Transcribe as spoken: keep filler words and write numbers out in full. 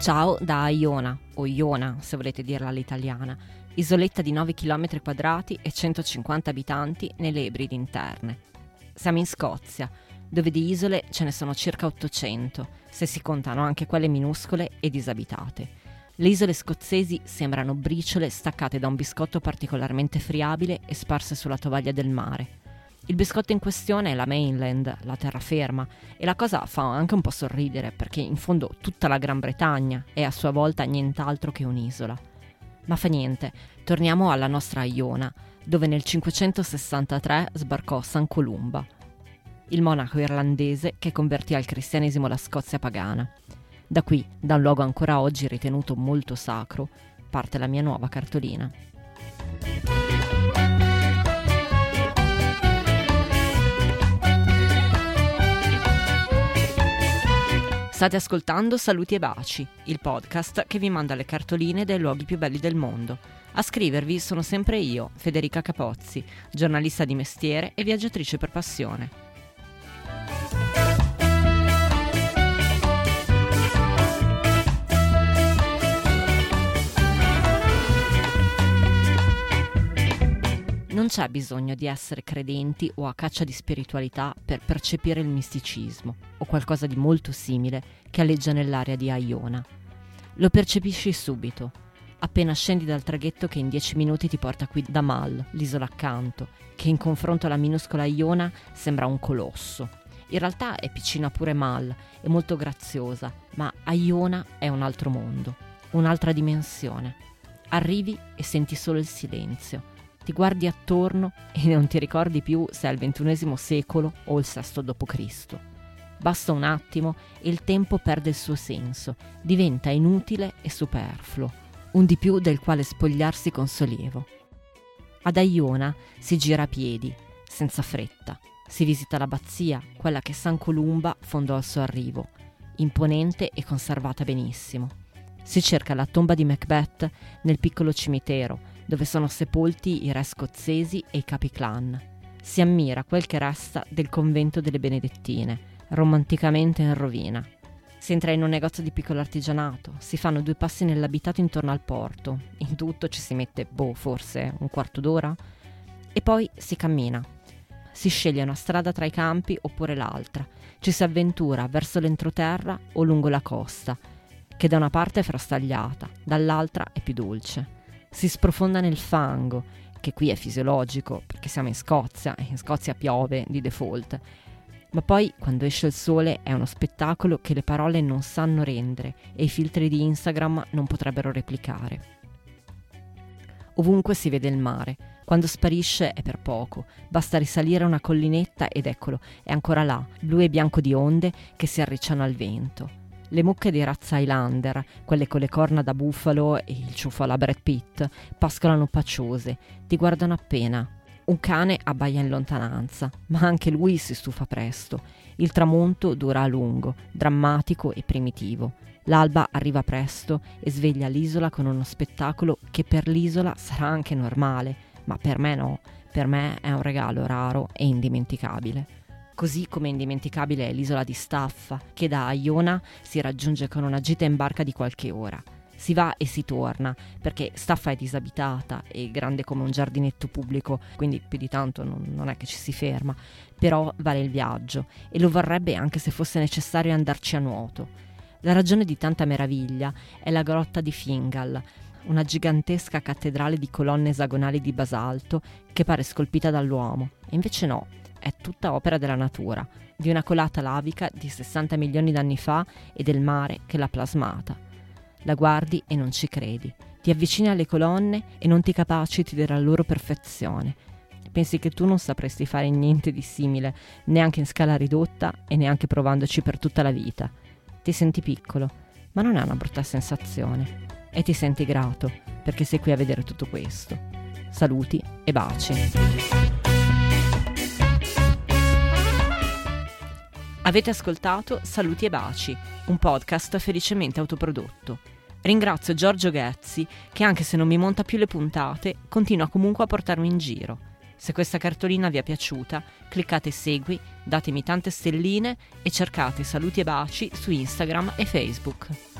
Ciao da Iona, o Iona se volete dirla all'italiana, isoletta di nove chilometri quadrati e centocinquanta abitanti nelle Ebridi interne. Siamo in Scozia, dove di isole ce ne sono circa ottocento, se si contano anche quelle minuscole e disabitate. Le isole scozzesi sembrano briciole staccate da un biscotto particolarmente friabile e sparse sulla tovaglia del mare. Il biscotto in questione è la mainland, la terraferma, e la cosa fa anche un po' sorridere perché in fondo tutta la Gran Bretagna è a sua volta nient'altro che un'isola. Ma fa niente, torniamo alla nostra Iona, dove nel cinquecentosessantatré sbarcò San Columba, il monaco irlandese che convertì al cristianesimo la Scozia pagana. Da qui, da un luogo ancora oggi ritenuto molto sacro, parte la mia nuova cartolina. State ascoltando Saluti e Baci, il podcast che vi manda le cartoline dei luoghi più belli del mondo. A scrivervi sono sempre io, Federica Capozzi, giornalista di mestiere e viaggiatrice per passione. Non c'è bisogno di essere credenti o a caccia di spiritualità per percepire il misticismo o qualcosa di molto simile che alleggia nell'aria di Iona. Lo percepisci subito, appena scendi dal traghetto che in dieci minuti ti porta qui da Mull, l'isola accanto, che in confronto alla minuscola Iona sembra un colosso. In realtà è piccina pure Mull, è molto graziosa, ma Iona è un altro mondo, un'altra dimensione. Arrivi e senti solo il silenzio. Ti guardi attorno e non ti ricordi più se è il ventunesimo secolo o il sesto dopo Cristo. Basta un attimo e il tempo perde il suo senso, diventa inutile e superfluo, un di più del quale spogliarsi con sollievo. Ad Iona si gira a piedi, senza fretta. Si visita l'abbazia, quella che San Columba fondò al suo arrivo, imponente e conservata benissimo. Si cerca la tomba di Macbeth nel piccolo cimitero, dove sono sepolti i re scozzesi e i capi clan. Si ammira quel che resta del convento delle Benedettine, romanticamente in rovina. Si entra in un negozio di piccolo artigianato, si fanno due passi nell'abitato intorno al porto, in tutto ci si mette, boh, forse un quarto d'ora, e poi si cammina. Si sceglie una strada tra i campi oppure l'altra, ci si avventura verso l'entroterra o lungo la costa, che da una parte è frastagliata, dall'altra è più dolce. Si sprofonda nel fango, che qui è fisiologico perché siamo in Scozia e in Scozia piove di default. Ma poi quando esce il sole è uno spettacolo che le parole non sanno rendere e i filtri di Instagram non potrebbero replicare. Ovunque si vede il mare. Quando sparisce è per poco, basta risalire una collinetta ed eccolo, è ancora là, blu e bianco di onde che si arricciano al vento. Le mucche di razza Highlander, quelle con le corna da bufalo e il ciuffo alla Brad Pitt, pascolano paciose, ti guardano appena. Un cane abbaia in lontananza, ma anche lui si stufa presto. Il tramonto dura a lungo, drammatico e primitivo. L'alba arriva presto e sveglia l'isola con uno spettacolo che per l'isola sarà anche normale, ma per me no, per me è un regalo raro e indimenticabile. Così come indimenticabile è l'isola di Staffa, che da Iona si raggiunge con una gita in barca di qualche ora. Si va e si torna, perché Staffa è disabitata e grande come un giardinetto pubblico, quindi più di tanto non, non è che ci si ferma, però vale il viaggio e lo varrebbe anche se fosse necessario andarci a nuoto. La ragione di tanta meraviglia è la grotta di Fingal, una gigantesca cattedrale di colonne esagonali di basalto che pare scolpita dall'uomo, e invece no. È tutta opera della natura, di una colata lavica di sessanta milioni d'anni fa e del mare che l'ha plasmata. La guardi e non ci credi, ti avvicini alle colonne e non ti capaciti della loro perfezione. Pensi che tu non sapresti fare niente di simile, neanche in scala ridotta e neanche provandoci per tutta la vita. Ti senti piccolo, ma non è una brutta sensazione. E ti senti grato, perché sei qui a vedere tutto questo. Saluti e baci. Avete ascoltato Saluti e Baci, un podcast felicemente autoprodotto. Ringrazio Giorgio Ghezzi che, anche se non mi monta più le puntate, continua comunque a portarmi in giro. Se questa cartolina vi è piaciuta, cliccate segui, datemi tante stelline e cercate Saluti e Baci su Instagram e Facebook.